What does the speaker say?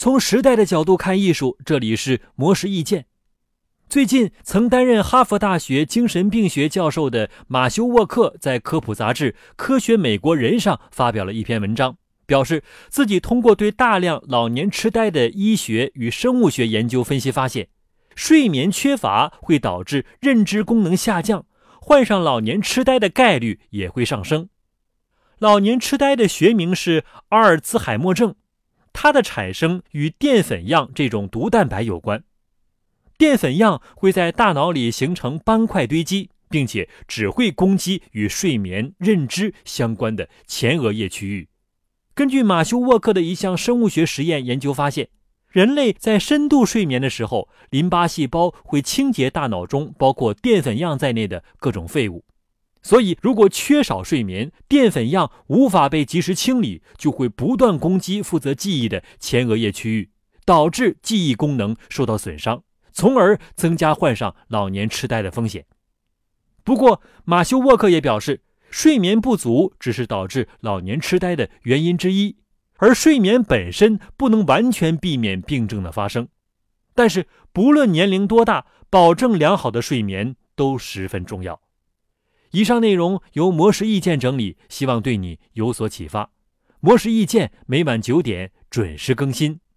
从时代的角度看艺术，这里是魔石意见。最近曾担任哈佛大学精神病学教授的马修沃克在科普杂志《科学美国人》上发表了一篇文章，表示自己通过对大量老年痴呆的医学与生物学研究分析发现，睡眠缺乏会导致认知功能下降，患上老年痴呆的概率也会上升。老年痴呆的学名是阿尔兹海默症，它的产生与淀粉样这种毒蛋白有关。淀粉样会在大脑里形成斑块堆积，并且只会攻击与睡眠、认知相关的前额叶区域。根据马修沃克的一项生物学实验研究发现，人类在深度睡眠的时候，淋巴细胞会清洁大脑中包括淀粉样在内的各种废物。所以如果缺少睡眠，淀粉样无法被及时清理，就会不断攻击负责记忆的前额叶区域，导致记忆功能受到损伤，从而增加患上老年痴呆的风险。不过马修沃克也表示，睡眠不足只是导致老年痴呆的原因之一，而睡眠本身不能完全避免病症的发生。但是不论年龄多大，保证良好的睡眠都十分重要。以上内容由魔石意见整理，希望对你有所启发。魔石意见每晚9点准时更新。